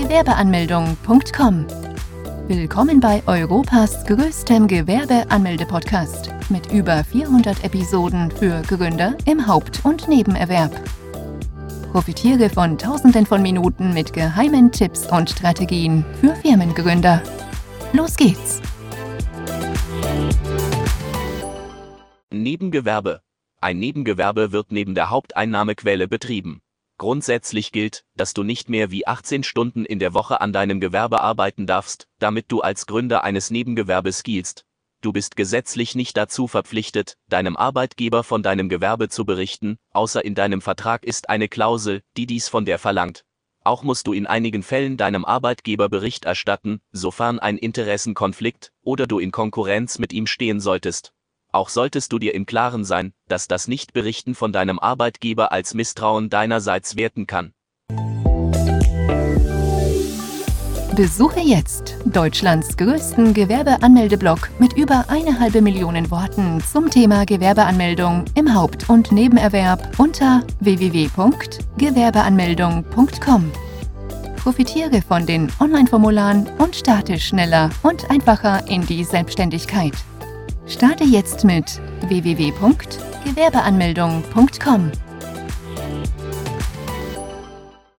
www.gewerbeanmeldung.com. Willkommen bei Europas größtem Gewerbeanmelde-Podcast mit über 400 Episoden für Gründer im Haupt- und Nebenerwerb. Profitiere von Tausenden von Minuten mit geheimen Tipps und Strategien für Firmengründer. Los geht's! Nebengewerbe. Ein Nebengewerbe wird neben der Haupteinnahmequelle betrieben. Grundsätzlich gilt, dass du nicht mehr wie 18 Stunden in der Woche an deinem Gewerbe arbeiten darfst, damit du als Gründer eines Nebengewerbes giltst. Du bist gesetzlich nicht dazu verpflichtet, deinem Arbeitgeber von deinem Gewerbe zu berichten, außer in deinem Vertrag ist eine Klausel, die dies von dir verlangt. Auch musst du in einigen Fällen deinem Arbeitgeber Bericht erstatten, sofern ein Interessenkonflikt oder du in Konkurrenz mit ihm stehen solltest. Auch solltest du dir im Klaren sein, dass das Nichtberichten von deinem Arbeitgeber als Misstrauen deinerseits werten kann. Besuche jetzt Deutschlands größten Gewerbeanmeldeblog mit über 1,5 Millionen Worten zum Thema Gewerbeanmeldung im Haupt- und Nebenerwerb unter www.gewerbeanmeldung.com. Profitiere von den Online-Formularen und starte schneller und einfacher in die Selbstständigkeit. Starte jetzt mit www.gewerbeanmeldung.com.